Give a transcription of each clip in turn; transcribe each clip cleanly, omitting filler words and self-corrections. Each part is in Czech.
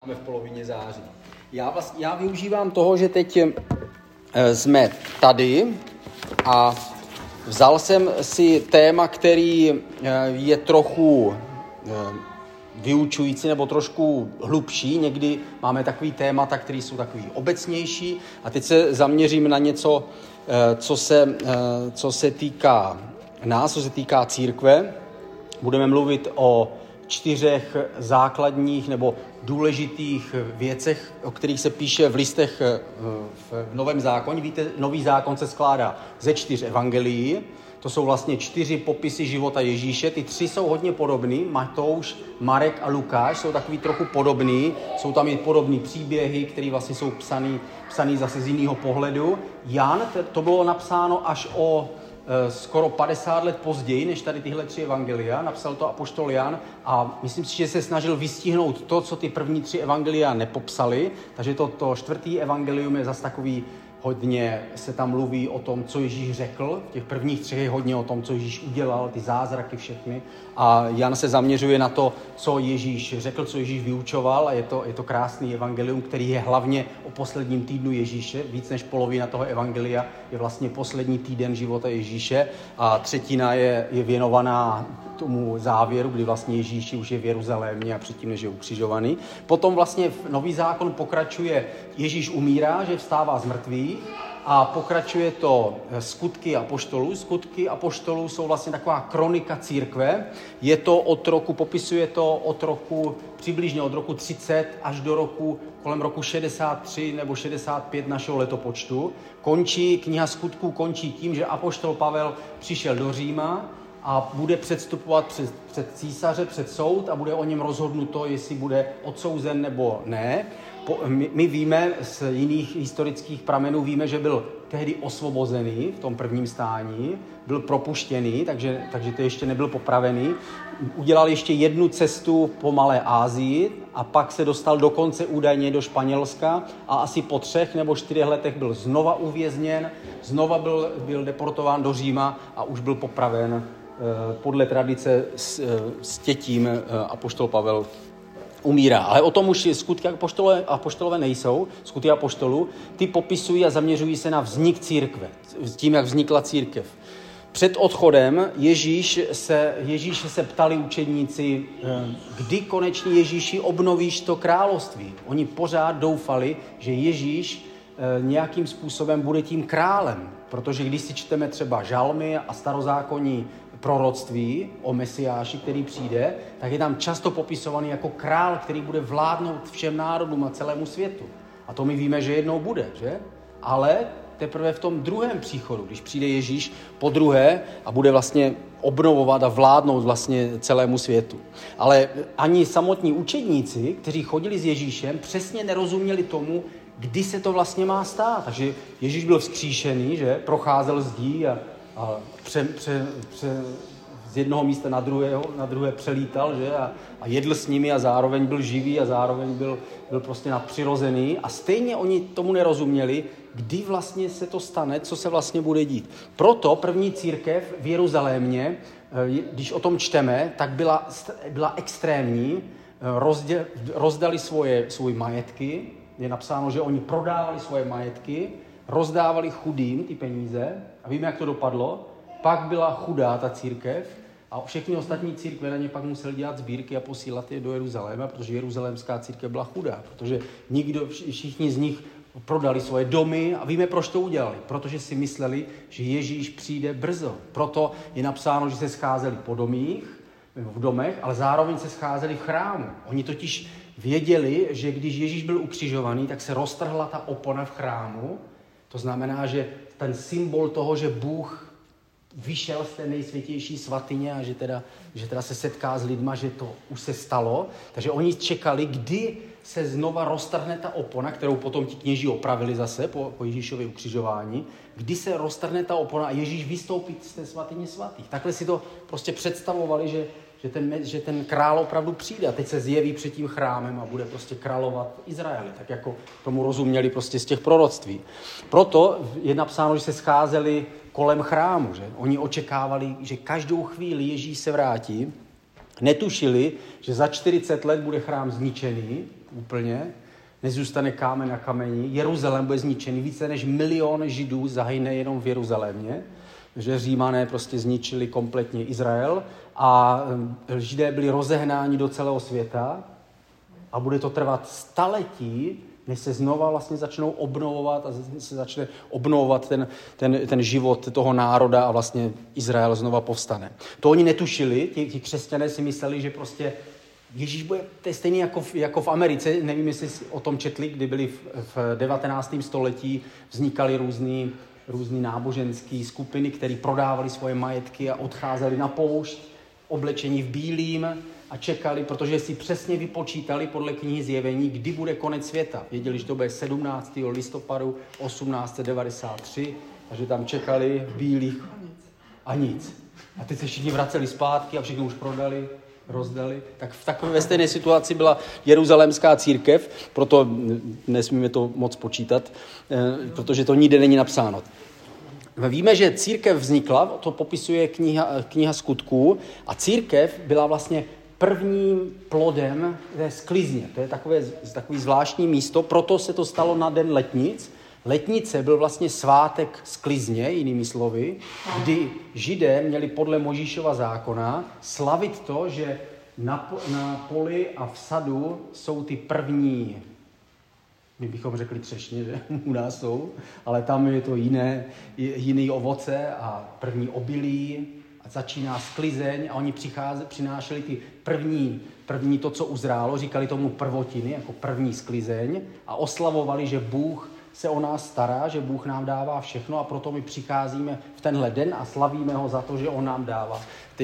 v polovině září. Já využívám toho, že teď jsme tady a vzal jsem si téma, který je trochu vyučující nebo trošku hlubší. Někdy máme takový témata, které jsou takový obecnější a teď se zaměřím na něco, co se týká nás, co se týká církve. Budeme mluvit o 4 základních nebo důležitých věcech, o kterých se píše v listech v Novém zákoně. Víte, Nový zákon se skládá ze 4 evangelií. To jsou vlastně 4 popisy života Ježíše. Ty 3 jsou hodně podobný. Matouš, Marek a Lukáš jsou takový trochu podobný. Jsou tam i podobný příběhy, které vlastně jsou psaný zase z jiného pohledu. Jan, to bylo napsáno až o skoro 50 let později, než tady tyhle 3 evangelia. Napsal to apoštol Jan a myslím si, že se snažil vystihnout to, co ty první 3 evangelia nepopsali. Takže to 4. evangelium je zase takový, hodně se tam mluví o tom, co Ježíš řekl. V těch prvních 3 je hodně o tom, co Ježíš udělal, ty zázraky všechny. A Jan se zaměřuje na to, co Ježíš řekl, co Ježíš vyučoval. A je to krásný evangelium, který je hlavně o posledním týdnu Ježíše. Víc než polovina toho evangelia je vlastně poslední týden života Ježíše. A 1/3 je věnovaná tomu závěru, kdy vlastně Ježíš už je v Jeruzalémě a předtím, než je ukřižovaný. Potom vlastně Nový zákon pokračuje, Ježíš umírá, že vstává z mrtvých a pokračuje to skutky apoštolů. Skutky apoštolů jsou vlastně taková kronika církve. Je to popisuje to od roku, přibližně od roku 30 až do kolem roku 63 nebo 65 našeho letopočtu. Kniha skutků končí tím, že apoštol Pavel přišel do Říma a bude předstupovat před císaře, před soud a bude o něm rozhodnuto, jestli bude odsouzen nebo ne. My víme z jiných historických pramenů, víme, že byl tehdy osvobozený v tom prvním stání, byl propuštěný, takže to ještě nebyl popravený. Udělal ještě 1 cestu po Malé Asii a pak se dostal dokonce údajně do Španělska a asi po 3 nebo 4 letech byl znova uvězněn, znova byl deportován do Říma a už byl popraven podle tradice s tětím apoštol Pavel umírá. Ale o tom už skutky apoštolové nejsou, skutky apoštolů. Ty popisují a zaměřují se na vznik církve, s tím, jak vznikla církev. Před odchodem Ježíše se ptali učedníci, kdy konečně Ježíši obnovíš to království. Oni pořád doufali, že Ježíš nějakým způsobem bude tím králem, protože když si čteme třeba žalmy a starozákonní proroctví o Mesiáši, který přijde, tak je tam často popisovaný jako král, který bude vládnout všem národům a celému světu. A to my víme, že jednou bude, že? Ale teprve v tom druhém příchodu, když přijde Ježíš po druhé a bude vlastně obnovovat a vládnout vlastně celému světu. Ale ani samotní učedníci, kteří chodili s Ježíšem, přesně nerozuměli tomu, kdy se to vlastně má stát. Takže Ježíš byl vzkříšený, že? Procházel zdí a z jednoho místa na druhé přelítal, že? A jedl s nimi a zároveň byl živý a zároveň byl prostě nadpřirozený. A stejně oni tomu nerozuměli, kdy vlastně se to stane, co se vlastně bude dít. Proto první církev v Jeruzalémě, když o tom čteme, tak byla extrémní, rozdali svoje majetky. Je napsáno, že oni prodávali svoje majetky, rozdávali chudým ty peníze a víme, jak to dopadlo. Pak byla chudá ta církev a všechny ostatní církve na ně pak museli dělat sbírky a posílat je do Jeruzaléma, protože jeruzalémská církev byla chudá, protože všichni z nich prodali svoje domy a víme, proč to udělali. Protože si mysleli, že Ježíš přijde brzo. Proto je napsáno, že se scházeli po v domech, ale zároveň se scházeli v chrámu. Oni totiž věděli, že když Ježíš byl ukřižovaný, tak se roztrhla ta opona v chrámu. To znamená, že ten symbol toho, že Bůh vyšel z té nejsvětější svatyně a že teda se setká s lidma, že to už se stalo. Takže oni čekali, kdy se znova roztrhne ta opona, kterou potom ti kněží opravili zase po Ježíšově ukřižování, kdy se roztrhne ta opona a Ježíš vystoupí z té svatyně svatých. Takhle si to prostě představovali, že ten král opravdu přijde a teď se zjeví před tím chrámem a bude prostě královat v Izraeli, tak jako tomu rozuměli prostě z těch proroctví. Proto je napsáno, že se scházeli kolem chrámu, že? Oni očekávali, že každou chvíli Ježíš se vrátí, netušili, že za 40 let bude chrám zničený úplně, nezůstane kámen na kameni, Jeruzalém bude zničený, více než 1 milion Židů zahyne jenom v Jeruzalémě, že Římané prostě zničili kompletně Izrael a Židé byli rozehnáni do celého světa a bude to trvat staletí, než se znova vlastně začnou obnovovat a se začne obnovovat ten život toho národa a vlastně Izrael znova povstane. To oni netušili, ti křesťané si mysleli, že prostě Ježíš bude, to je stejný jako v Americe, nevím, jestli o tom četli, kdy byli v 19. století, vznikaly různý náboženské skupiny, které prodávali svoje majetky a odcházeli na poušť, oblečení v bílým a čekali, protože si přesně vypočítali podle knihy Zjevení, kdy bude konec světa. Věděli, že to bude 17. listopadu 1893 a že tam čekali v bílých a nic. A teď se všichni vraceli zpátky a všechno už prodali, rozdali. Tak v takové stejné situaci byla jeruzalémská církev, proto nesmíme to moc počítat, protože to nikde není napsáno. Víme, že církev vznikla, to popisuje kniha Skutků, a církev byla vlastně prvním plodem té sklizně. To je takový zvláštní místo, proto se to stalo na den letnic. Letnice byl vlastně svátek sklizně, jinými slovy, kdy Židé měli podle Mojžíšova zákona slavit to, že na poli a v sadu jsou ty první, my bychom řekli třešně, že u nás jsou, ale tam je to jiný ovoce a první obilí a začíná sklizeň a oni přinášeli ty první to, co uzrálo, říkali tomu prvotiny, jako první sklizeň a oslavovali, že Bůh se o nás stará, že Bůh nám dává všechno a proto my přicházíme v tenhle den a slavíme ho za to, že on nám dává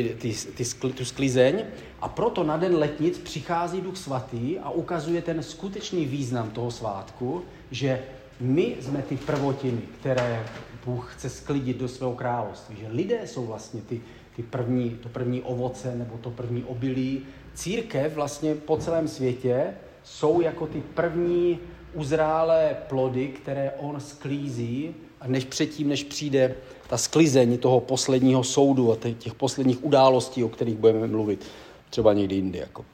tu sklizeň. A proto na den letnic přichází Duch Svatý a ukazuje ten skutečný význam toho svátku, že my jsme ty prvotiny, které Bůh chce sklidit do svého království. Že lidé jsou vlastně to první ovoce nebo to první obilí. Církev vlastně po celém světě jsou jako ty první uzrálé plody, které on sklízí, a než přijde ta sklizeň toho posledního soudu a těch posledních událostí, o kterých budeme mluvit třeba někdy jindy. Jako.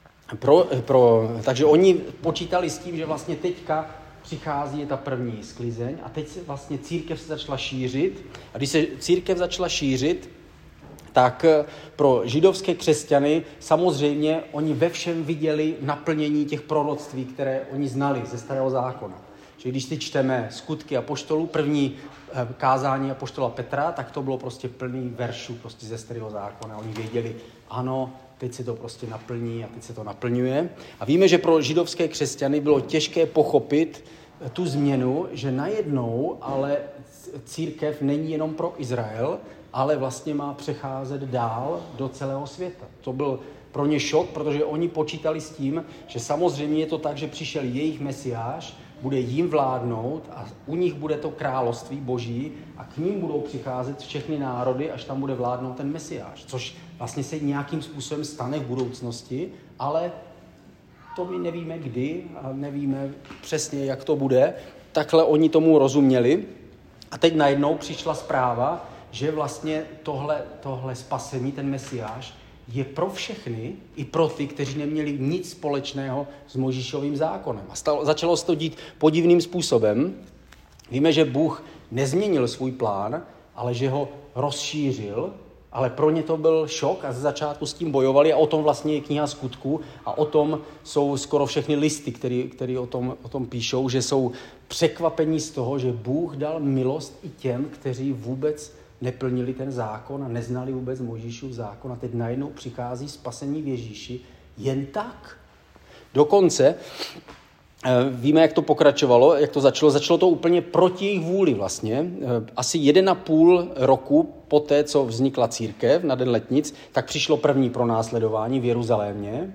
Takže oni počítali s tím, že vlastně teďka přichází ta první sklizeň a teď se vlastně církev se začala šířit. A když se církev začala šířit, tak pro židovské křesťany samozřejmě oni ve všem viděli naplnění těch proroctví, které oni znali ze Starého zákona. Že když si čteme Skutky apoštolů, první kázání apoštola Petra, tak to bylo prostě plný veršů prostě ze Starého zákona. Oni věděli, ano, teď se to prostě naplní a teď se to naplňuje. A víme, že pro židovské křesťany bylo těžké pochopit tu změnu, že najednou ale církev není jenom pro Izrael, ale vlastně má přecházet dál do celého světa. To byl pro ně šok, protože oni počítali s tím, že samozřejmě je to tak, že přišel jejich mesiáš, bude jim vládnout a u nich bude to království boží a k ním budou přicházet všechny národy, až tam bude vládnout ten mesiáš. Což vlastně se nějakým způsobem stane v budoucnosti, ale to my nevíme kdy a nevíme přesně, jak to bude. Takhle oni tomu rozuměli. A teď najednou přišla zpráva, že vlastně tohle spasení, ten mesiáš, je pro všechny, i pro ty, kteří neměli nic společného s Mojžíšovým zákonem. A začalo se to dít podivným způsobem. Víme, že Bůh nezměnil svůj plán, ale že ho rozšířil, ale pro ně to byl šok a ze začátku s tím bojovali a o tom vlastně je kniha Skutků a o tom jsou skoro všechny listy, které o tom píšou, že jsou překvapení z toho, že Bůh dal milost i těm, kteří vůbec neplnili ten zákon a neznali vůbec Mojžíšův zákon a teď najednou přichází spasení v Ježíši jen tak. Dokonce víme, jak to pokračovalo, jak to začalo. Začalo to úplně proti jejich vůli vlastně. Asi 1,5 roku poté, co vznikla církev na den letnic, tak přišlo první pronásledování v Jeruzalémě.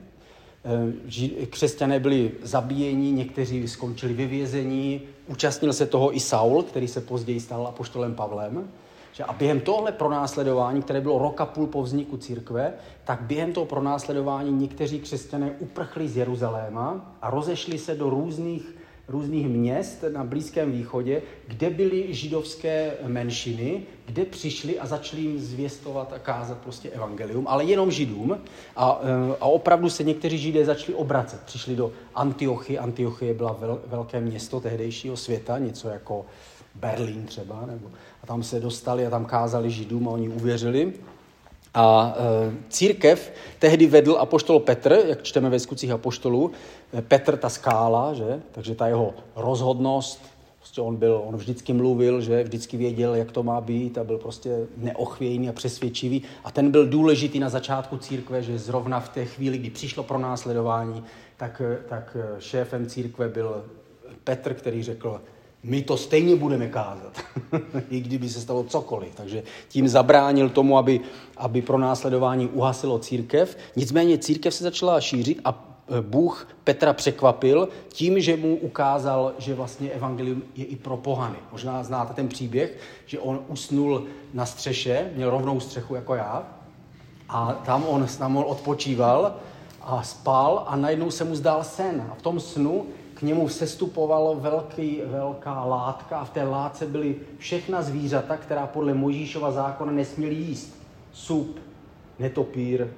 Křesťané byli zabíjeni, někteří skončili ve vězení, účastnil se toho i Saul, který se později stal apoštolem Pavlem. A během tohle pronásledování, které bylo 1,5 roku po vzniku církve, tak během toho pronásledování někteří křesťané uprchli z Jeruzaléma a rozešli se do různých různých měst na Blízkém východě, kde byly židovské menšiny, kde přišli a začali jim zvěstovat a kázat prostě evangelium, ale jenom Židům. A opravdu se někteří Židé začali obracet. Přišli do Antiochie. Antiochie byla velké město tehdejšího světa, něco jako Berlín třeba. A tam se dostali a tam kázali Židům a oni uvěřili. A církev tehdy vedl apoštol Petr, jak čteme ve Skutcích apoštolů. Petr ta skála, že? Takže ta jeho rozhodnost, prostě on vždycky mluvil, že vždycky věděl, jak to má být a byl prostě neochvějný a přesvědčivý. A ten byl důležitý na začátku církve, že zrovna v té chvíli, kdy přišlo pronásledování, tak šéfem církve byl Petr, který řekl, my to stejně budeme kázat, i kdyby se stalo cokoliv. Takže tím zabránil tomu, aby pronásledování uhasilo církev. Nicméně církev se začala šířit a Bůh Petra překvapil tím, že mu ukázal, že vlastně evangelium je i pro pohany. Možná znáte ten příběh, že on usnul na střeše, měl rovnou střechu jako já, a tam on odpočíval a spal a najednou se mu zdál sen. A v tom snu k němu sestupovalo velká látka a v té látce byly všechna zvířata, která podle Mojžíšova zákona nesměly jíst. Sup, netopír.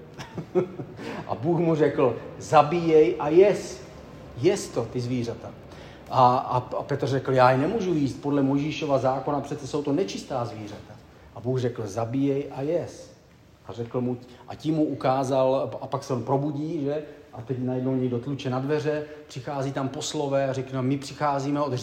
A Bůh mu řekl, zabíjej a jez to, ty zvířata. A Petr řekl, já je nemůžu jíst podle Mojžíšova zákona, přece jsou to nečistá zvířata. A Bůh řekl, zabíjej a jez. A řekl mu, a tím mu ukázal, a pak se on probudí, že? A teď najednou někdo tluče na dveře, přichází tam poslové a řekne, my přicházíme od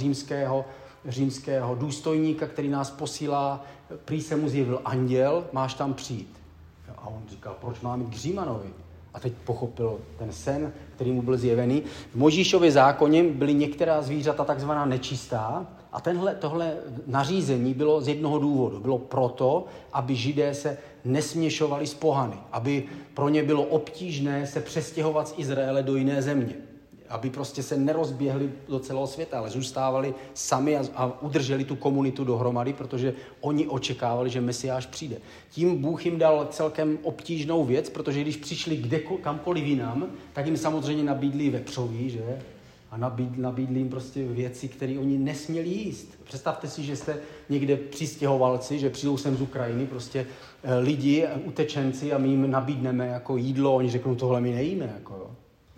římského důstojníka, který nás posílá, prý se mu zjevil anděl, máš tam přijít. A on říkal, proč mám jít k Římanovi? A teď pochopil ten sen, který mu byl zjevený. V Mojžíšově zákoně byly některá zvířata takzvaná nečistá a tohle nařízení bylo z jednoho důvodu. Bylo proto, aby Židé se nesměšovali s pohany, aby pro ně bylo obtížné se přestěhovat z Izraele do jiné země. Aby prostě se nerozběhli do celého světa, ale zůstávali sami a udrželi tu komunitu dohromady, protože oni očekávali, že Mesiáš přijde. Tím Bůh jim dal celkem obtížnou věc, protože když přišli kamkoliv jinam, tak jim samozřejmě nabídli vepřoví, že? A nabídli jim prostě věci, které oni nesměli jíst. Představte si, že jste někde přistěhovalci, že přijdou sem z Ukrajiny, prostě lidi, utečenci a my jim nabídneme jako jídlo, oni řeknou, tohle my nejíme, jako jo.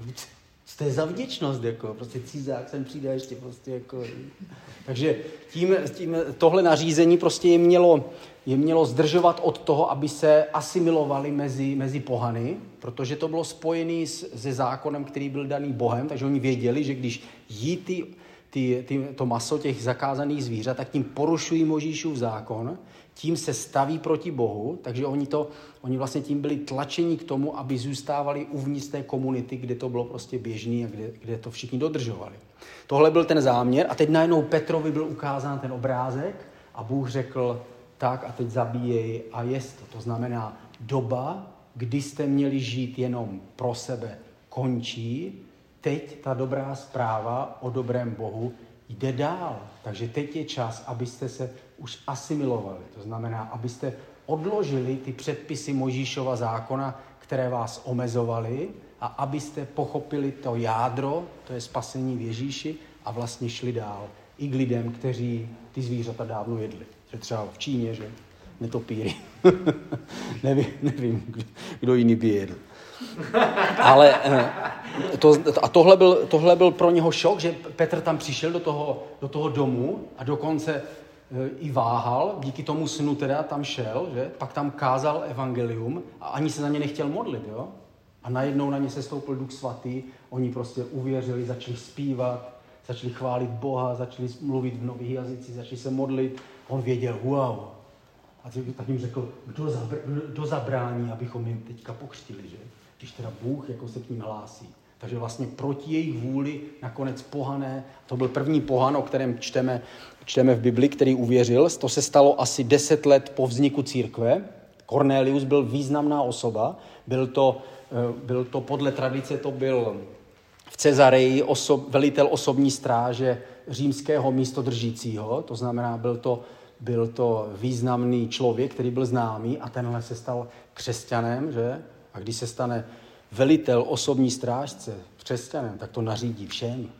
To je za vděčnost, jako, prostě cizák sem přijde ještě prostě jako. Takže tím tohle nařízení prostě je mělo zdržovat od toho, aby se asimilovali mezi pohany, protože to bylo spojené se zákonem, který byl daný Bohem, takže oni věděli, že když jí to maso těch zakázaných zvířat, tak tím porušují Mojžíšův zákon, tím se staví proti Bohu, takže oni vlastně tím byli tlačeni k tomu, aby zůstávali uvnitř té komunity, kde to bylo prostě běžný a kde to všichni dodržovali. Tohle byl ten záměr a teď najednou Petrovi byl ukázán ten obrázek a Bůh řekl, tak a teď zabíjej a jest to. To znamená, doba, kdy jste měli žít jenom pro sebe, končí. Teď ta dobrá zpráva o dobrém Bohu jde dál. Takže teď je čas, abyste se už asimilovali. To znamená, abyste odložili ty předpisy Mojžíšova zákona, které vás omezovaly a abyste pochopili to jádro, to je spasení v Ježíši a vlastně šli dál i k lidem, kteří ty zvířata dávno jedli. Že třeba v Číně, že netopíry. nevím, kdo jiný by jedl. Ale tohle byl pro něho šok, že Petr tam přišel do toho domu a dokonce i váhal, díky tomu snu teda tam šel, že? Pak tam kázal evangelium a ani se za ně nechtěl modlit, jo? A najednou na ně se stoupil Duch Svatý, oni prostě uvěřili, začali zpívat, začali chválit Boha, začali mluvit v nových jazycích, začali se modlit. On věděl, wow. A tak jim řekl, kdo zabrání, abychom jim teďka pokřtili, že? Když teda Bůh jako se k ním hlásí. Takže vlastně proti jejich vůli nakonec pohané, to byl první pohan, o kterém čteme v Bibli, který uvěřil. To se stalo asi 10 let po vzniku církve. Cornelius byl významná osoba, byl to podle tradice, to byl v Cezareji velitel osobní stráže římského místodržícího, to znamená, byl to významný člověk, který byl známý a tenhle se stal křesťanem, že? A když se stane velitel osobní strážce křesťanem, tak to nařídí všem.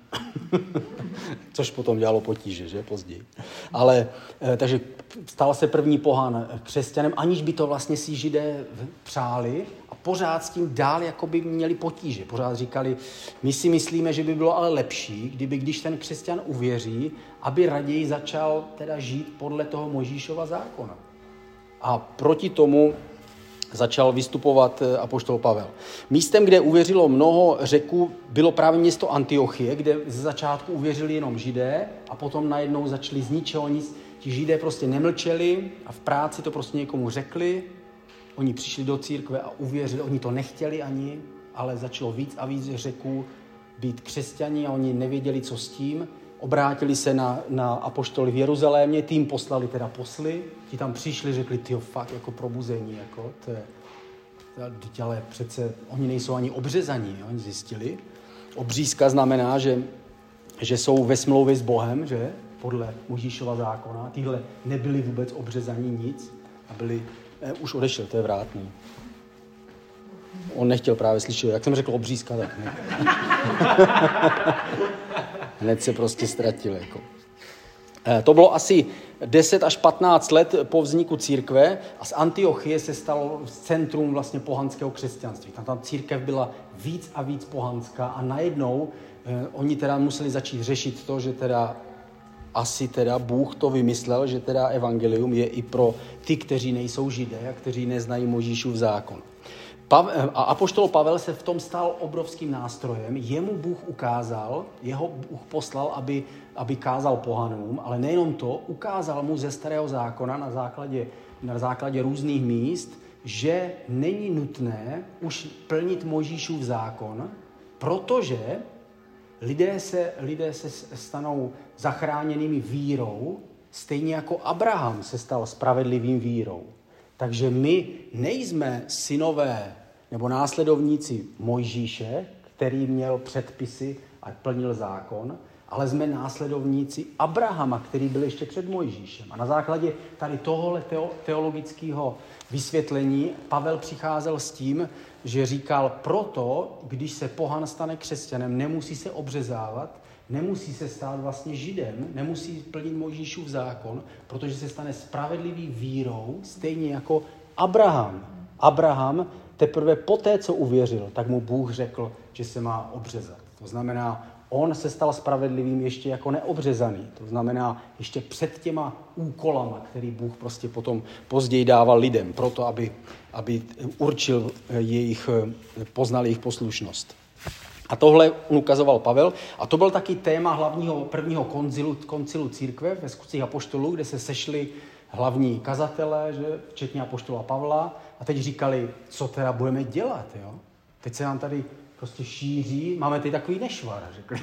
Což potom dělalo potíže, že, později. Ale, takže stal se první pohan křesťanem, aniž by to vlastně si Židé přáli a pořád s tím dál jakoby měli potíže. Pořád říkali, my si myslíme, že by bylo ale lepší, když ten křesťan uvěří, aby raději začal teda žít podle toho Mojžíšova zákona. A proti tomu začal vystupovat apoštol Pavel. Místem, kde uvěřilo mnoho Řeků, bylo právě město Antiochie, kde ze začátku uvěřili jenom Židé a potom najednou začali z ničeho nic. Ti Židé prostě nemlčeli a v práci to prostě někomu řekli. Oni přišli do církve a uvěřili, oni to nechtěli ani, ale začalo víc a víc Řeků být křesťani a oni nevěděli, co s tím. Obrátili se na apoštoly v Jeruzalémě, tým poslali teda posly, ti tam přišli, řekli, tyjo, fakt jako probuzení, jako to je, ale přece oni nejsou ani obřezaní, jo? Oni zjistili. Obřízka znamená, že jsou ve smlouvě s Bohem, že podle Mojžíšova zákona, tyhle nebyli vůbec obřezaní nic a byli, už odešel, to je vrátný. On nechtěl právě slyšet, jak jsem řekl obřízka, tak ne. Hned se prostě ztratil. Jako. To bylo asi 10 až 15 let po vzniku církve a z Antiochie se stalo centrum vlastně pohanského křesťanství. Tam ta církev byla víc a víc pohanská a najednou oni teda museli začít řešit to, že teda asi teda Bůh to vymyslel, že teda evangelium je i pro ty, kteří nejsou Židé a kteří neznají Mojžíšův zákon. A apoštol Pavel se v tom stal obrovským nástrojem. Jemu Bůh ukázal, jeho Bůh poslal, aby kázal pohanům, ale nejenom to, ukázal mu ze starého zákona na základě různých míst, že není nutné už plnit Mojžíšův zákon, protože lidé se stanou zachráněnými vírou, stejně jako Abraham se stal spravedlivým vírou. Takže my nejsme synové nebo následovníci Mojžíše, který měl předpisy a plnil zákon, ale jsme následovníci Abrahama, který byl ještě před Mojžíšem. A na základě tady tohohle teologického vysvětlení Pavel přicházel s tím, že říkal, proto, když se pohan stane křesťanem, nemusí se obřezávat, nemusí se stát vlastně Židem, nemusí plnit Mojžíšův zákon, protože se stane spravedlivý vírou, stejně jako Abraham. Abraham teprve poté, co uvěřil, tak mu Bůh řekl, že se má obřezat. To znamená, on se stal spravedlivým ještě jako neobřezaný. To znamená, ještě před těma úkolama, který Bůh prostě potom později dával lidem, proto aby určil poznal jejich poslušnost. A tohle ukazoval Pavel. A to byl taky téma hlavního prvního koncilu církve ve Skutcích apoštolů, kde se sešli hlavní kazatelé, že, včetně apoštola Pavla, a teď říkali, co teda budeme dělat. Jo? Teď se nám tady prostě šíří, máme tady takový nešvar, řekli.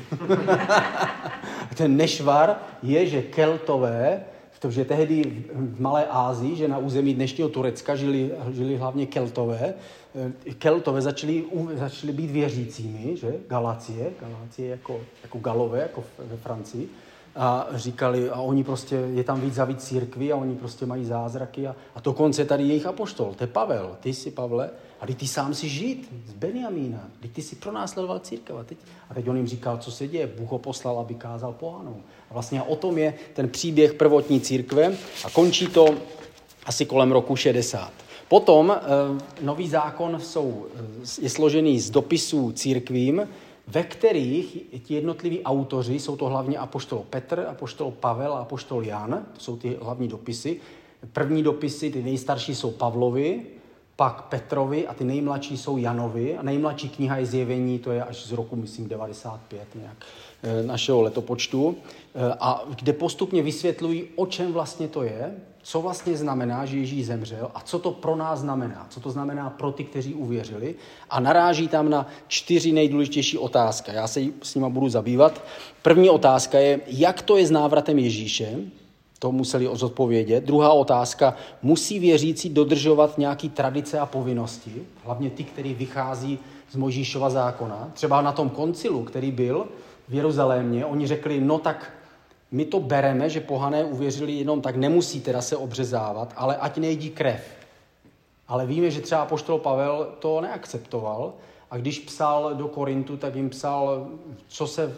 Ten nešvar je, že Keltové, protože tehdy v Malé Asii, že na území dnešního Turecka žili hlavně Keltové. Keltové začali být věřícími, že? Galacie jako Galové, jako ve Francii. A říkali, a oni prostě, je tam víc a víc církví a oni prostě mají zázraky a dokonce tady jejich apoštol, to je Pavel, ty jsi Pavle, a ty sám si Žid z Benjamína, ty jsi pronásledoval církev a teď on jim říkal, co se děje, Bůh ho poslal, aby kázal pohanům. A vlastně o tom je ten příběh prvotní církve a končí to asi kolem roku 60. Potom nový zákon je složený z dopisů církvím, ve kterých ti jednotliví autoři, jsou to hlavně apoštol Petr, apoštol Pavel a apoštol Jan, to jsou ty hlavní dopisy. První dopisy, ty nejstarší jsou Pavlovi, pak Petrovi a ty nejmladší jsou Janovi. A nejmladší kniha je Zjevení, to je až z roku, myslím, 95 nějak našeho letopočtu. A kde postupně vysvětlují, o čem vlastně to je, co vlastně znamená, že Ježíš zemřel a co to pro nás znamená, co to znamená pro ty, kteří uvěřili. A naráží tam na 4 nejdůležitější otázky. Já se s nima budu zabývat. První otázka je, jak to je s návratem Ježíše. To museli zodpovědět. Druhá otázka, musí věřící dodržovat nějaké tradice a povinnosti, hlavně ty, které vychází z Mojžíšova zákona. Třeba na tom koncilu, který byl v Jeruzalémě, oni řekli, no tak my to bereme, že pohané uvěřili jenom tak, nemusí teda se obřezávat, ale ať nejdí krev. Ale víme, že třeba apoštol Pavel to neakceptoval a když psal do Korintu, tak jim psal,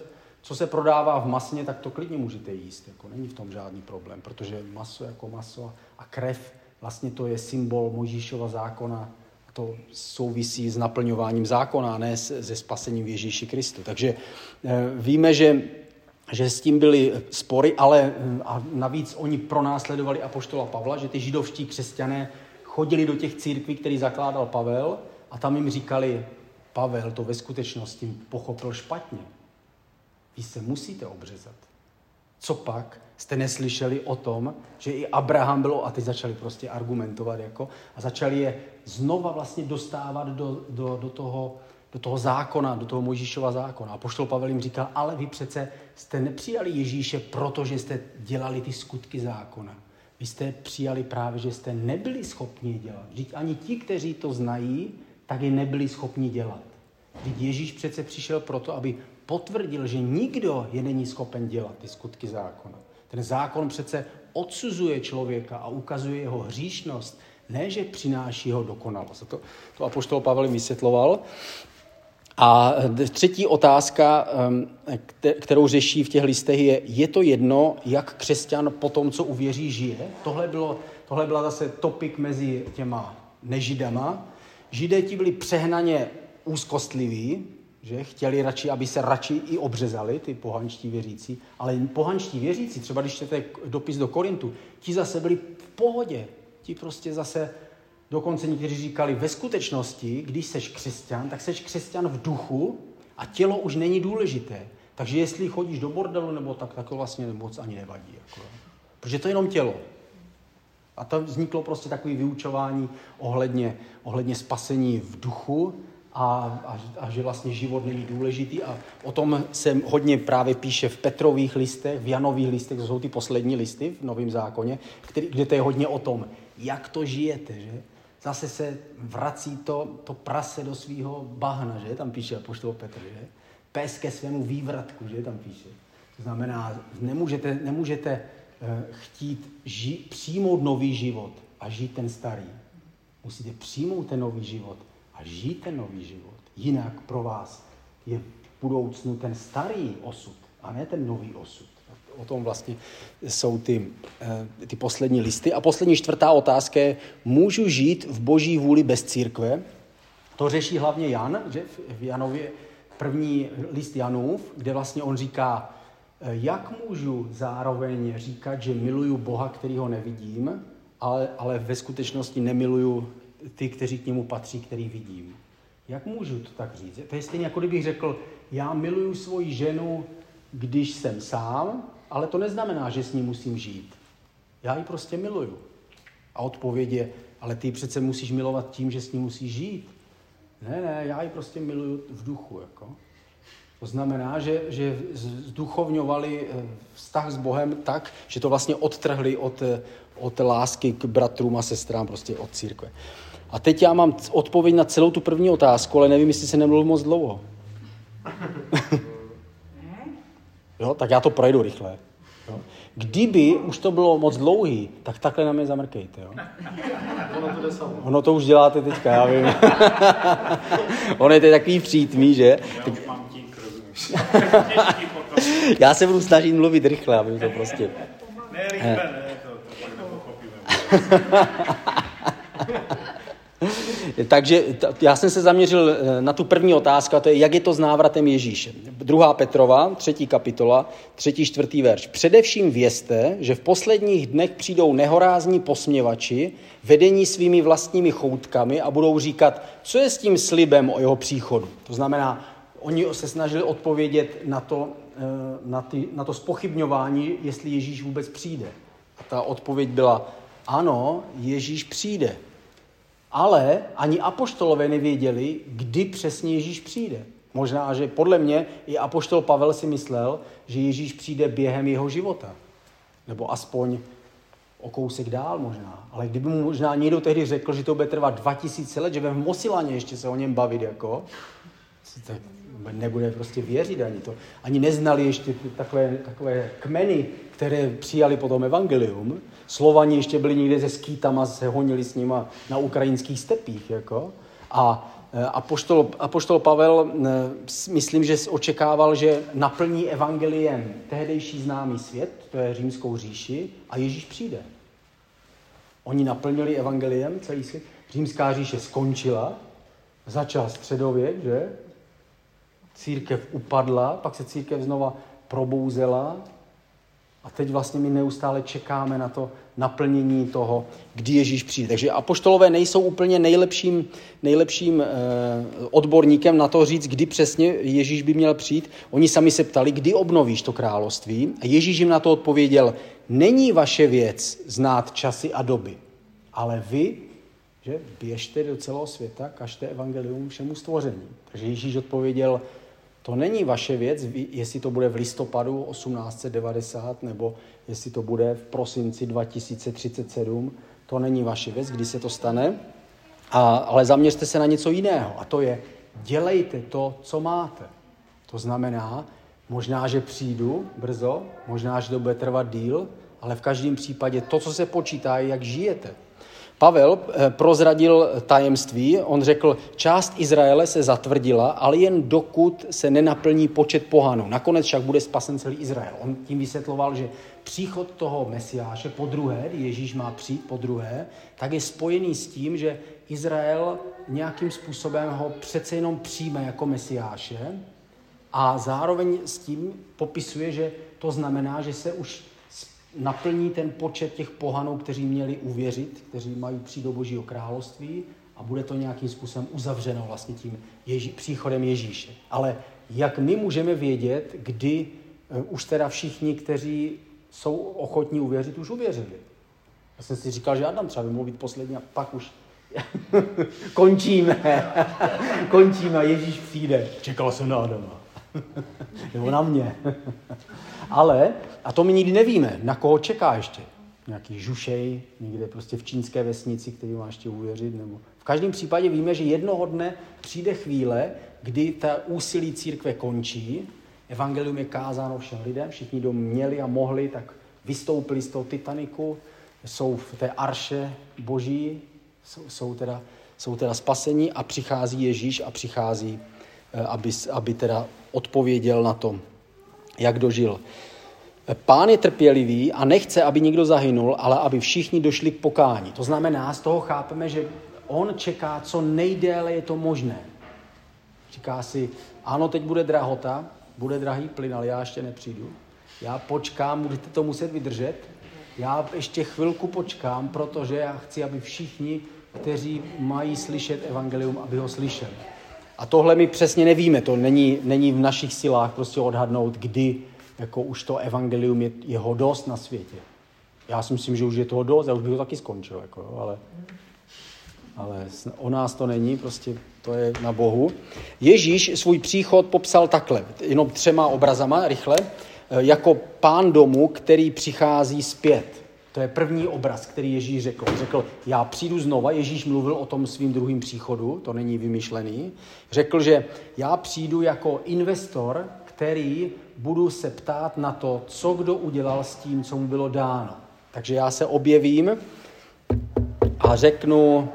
Co se prodává v masně, tak to klidně můžete jíst. Jako není v tom žádný problém, protože maso jako maso a krev, vlastně to je symbol Mojžíšova zákona. To souvisí s naplňováním zákona, a ne se spasením v Ježíši Kristu. Takže víme, že s tím byly spory, ale a navíc oni pronásledovali apoštola Pavla, že ty židovští křesťané chodili do těch církví, který zakládal Pavel, a tam jim říkali, Pavel to ve skutečnosti pochopil špatně. Vy se musíte obřezat. Co pak jste neslyšeli o tom, že i Abraham bylo, a teď začali prostě argumentovat, a začali je znova vlastně dostávat do toho zákona, do toho Mojžíšova zákona. A apoštol Pavel jim říkal, ale vy přece jste nepřijali Ježíše, protože jste dělali ty skutky zákona. Vy jste přijali právě, že jste nebyli schopni je dělat. Vždyť ani ti, kteří to znají, tak je nebyli schopni dělat. Vždyť Ježíš přece přišel proto, aby potvrdil, že nikdo je není schopen dělat ty skutky zákona. Ten zákon přece odsuzuje člověka a ukazuje jeho hříšnost, ne, že přináší jeho dokonalost. To apoštol Pavel vysvětloval. A třetí otázka, kterou řeší v těch listech, je to jedno, jak křesťan po tom, co uvěří, žije? Tohle byla zase topik mezi těma nežidama. Židé ti byli přehnaně úzkostliví, že chtěli radši, aby se radši i obřezali, ty pohanští věřící, ale pohanští věřící, třeba když čtete dopis do Korintu, ti zase byli v pohodě. Ti prostě zase, dokonce někteří říkali, ve skutečnosti, když seš křesťan, tak seš křesťan v duchu a tělo už není důležité. Takže jestli chodíš do bordelu, nebo tak to vlastně moc ani nevadí. Protože to je jenom tělo. A tam vzniklo prostě takové vyučování ohledně spasení v duchu, a že vlastně život není důležitý. A o tom se hodně právě píše v Petrových listech, v Janových listech, to jsou ty poslední listy v Novém zákoně, kde to je hodně o tom, jak to žijete, že? Zase se vrací to prase do svého bahna, že? Tam píše apoštol Petr, že? Pes ke svému vývratku, že? Tam píše. To znamená, nemůžete chtít přijmout nový život a žít ten starý. Musíte přijmout ten nový život a žít ten nový život. Jinak pro vás je v budoucnu ten starý osud, a ne ten nový osud. O tom vlastně jsou ty poslední listy. A poslední čtvrtá otázka je, můžu žít v boží vůli bez církve? To řeší hlavně Jan, že v Janově, první list Janův, kde vlastně on říká, jak můžu zároveň říkat, že miluju Boha, kterýho nevidím, ale ve skutečnosti nemiluju ty, kteří k němu patří, který vidím. Jak můžu to tak říct? To je stejně, jako kdybych řekl, já miluju svoji ženu, když jsem sám, ale to neznamená, že s ní musím žít. Já ji prostě miluju. A odpověď je, ale ty přece musíš milovat tím, že s ní musíš žít. Ne, já ji prostě miluju v duchu. To znamená, že zduchovňovali vztah s Bohem tak, že to vlastně odtrhli od lásky k bratrům a sestrám, prostě od církve. A teď já mám odpověď na celou tu první otázku, ale nevím, jestli se nemluvil moc dlouho. Jo, tak já to projdu rychle. Jo. Kdyby už to bylo moc dlouhý, tak takhle na mě zamrkejte. Jo. Ono to už děláte teďka, já vím. Ono je to takový přítmí, že? Já už mám tík, rozumíš. Já se budu snažit mluvit rychle, aby to prostě... Ne, rychle, ne, to pak nepochopíme. Takže já jsem se zaměřil na tu první otázku, a to je, jak je to s návratem Ježíše. 2. Petrova, 3. kapitola, 3. 4. verš. Především vězte, že v posledních dnech přijdou nehorázní posměvači, vedení svými vlastními choutkami a budou říkat, co je s tím slibem o jeho příchodu. To znamená, oni se snažili odpovědět na to zpochybňování, jestli Ježíš vůbec přijde. A ta odpověď byla, ano, Ježíš přijde. Ale ani apoštolové nevěděli, kdy přesně Ježíš přijde. Možná, že podle mě i apoštol Pavel si myslel, že Ježíš přijde během jeho života. Nebo aspoň o kousek dál možná. Ale kdyby mu možná někdo tehdy řekl, že to bude trvat 2000 let, že ve Mosilaně ještě se o něm bavit, tak nebude prostě věřit ani to. Ani neznali ještě takové kmeny, které přijali potom evangelium. Slovani ještě byli někde se skýtama, se honili s nima na ukrajinských stepích. A Apoštol Pavel, myslím, že očekával, že naplní evangeliem tehdejší známý svět, to je Římskou říši, a Ježíš přijde. Oni naplnili evangeliem celý svět. Římská říše skončila, začal středověk, že? Církev upadla, pak se církev znova probouzela a teď vlastně my neustále čekáme na to naplnění toho, kdy Ježíš přijde. Takže apoštolové nejsou úplně nejlepším odborníkem na to říct, kdy přesně Ježíš by měl přijít. Oni sami se ptali, kdy obnovíš to království. A Ježíš jim na to odpověděl, není vaše věc znát časy a doby, ale vy, že běžte do celého světa, kažte evangelium všemu stvoření. Takže Ježíš odpověděl, to není vaše věc, jestli to bude v listopadu 1890 nebo jestli to bude v prosinci 2037. To není vaše věc, kdy se to stane. Ale zaměřte se na něco jiného. A to je, dělejte to, co máte. To znamená, možná, že přijdu brzo, možná, že to bude trvat díl, ale v každém případě to, co se počítá, je, jak žijete. Pavel prozradil tajemství, on řekl, část Izraele se zatvrdila, ale jen dokud se nenaplní počet pohanů. Nakonec však bude spasen celý Izrael. On tím vysvětloval, že příchod toho Mesiáše po druhé, kdy Ježíš má přijít po druhé, tak je spojený s tím, že Izrael nějakým způsobem ho přece jenom přijme jako Mesiáše a zároveň s tím popisuje, že to znamená, že se už naplní ten počet těch pohanů, kteří měli uvěřit, kteří mají přijít do Božího království a bude to nějakým způsobem uzavřeno vlastně tím příchodem Ježíše. Ale jak my můžeme vědět, kdy už teda všichni, kteří jsou ochotní uvěřit, už uvěřili? Já jsem si říkal, že Adam třeba by mohl být poslední a pak už končíme a Ježíš přijde. Čekal jsem na Adama. Nebo na mě. Ale, a to my nikdy nevíme, na koho čeká ještě. Nějaký žušej, někde prostě v čínské vesnici, který má ještě uvěřit. Nebo... V každém případě víme, že jednoho dne přijde chvíle, kdy ta úsilí církve končí, evangelium je kázáno všem lidem, všichni, kdo měli a mohli, tak vystoupili z toho Titaniku, jsou v té arše boží, jsou teda spaseni a přichází Ježíš a přichází, aby teda odpověděl na to, jak dožil. Pán je trpělivý a nechce, aby nikdo zahynul, ale aby všichni došli k pokání. To znamená, z toho chápeme, že on čeká, co nejdéle je to možné. Říká si, ano, teď bude drahota, bude drahý plyn, ale já ještě nepřijdu. Já počkám, budete to muset vydržet. Já ještě chvilku počkám, protože já chci, aby všichni, kteří mají slyšet evangelium, aby ho slyšeli. A tohle my přesně nevíme, to není v našich silách prostě odhadnout, kdy jako už to evangelium je ho dost na světě. Já si myslím, že už je toho dost, já už bych ho taky skončil, jako, ale o nás to není, prostě to je na Bohu. Ježíš svůj příchod popsal takhle, jenom 3 obrazama, rychle, jako pán domu, který přichází zpět. To je první obraz, který Ježíš řekl. On řekl, já přijdu znova, Ježíš mluvil o tom svým druhým příchodu, to není vymyšlený. Řekl, že já přijdu jako investor, který budu se ptát na to, co kdo udělal s tím, co mu bylo dáno. Takže já se objevím a řeknu,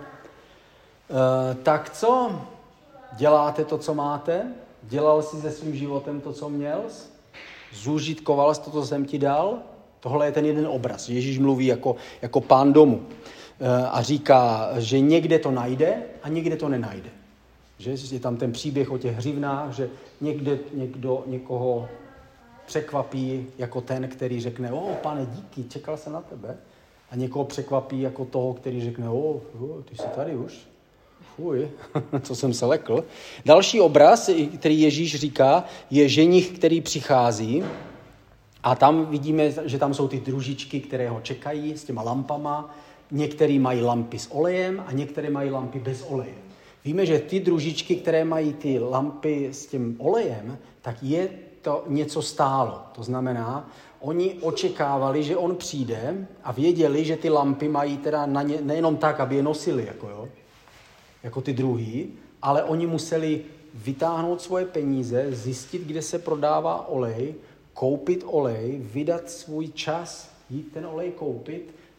tak co? Děláte to, co máte? Dělal jsi se svým životem to, co měl? Zúžitkoval jsi to, co jsem ti dal? Tohle je ten jeden obraz. Ježíš mluví jako pán domu a říká, že někde to najde a někde to nenajde. Že je tam ten příběh o těch hřivnách, že někdo někoho překvapí jako ten, který řekne, pane, díky, čekal jsem na tebe. A někoho překvapí jako toho, který řekne, ty jsi tady už. Fuj, co jsem se lekl. Další obraz, který Ježíš říká, je ženich, který přichází. A tam vidíme, že tam jsou ty družičky, které ho čekají s těma lampama. Některý mají lampy s olejem a některé mají lampy bez oleje. Víme, že ty družičky, které mají ty lampy s tím olejem, tak je to něco stálo. To znamená, oni očekávali, že on přijde a věděli, že ty lampy mají teda nejenom tak, aby je nosili, jako ty druhý, ale oni museli vytáhnout svoje peníze, zjistit, kde se prodává olej, koupit olej, vydat svůj čas, jít ten olej koupit,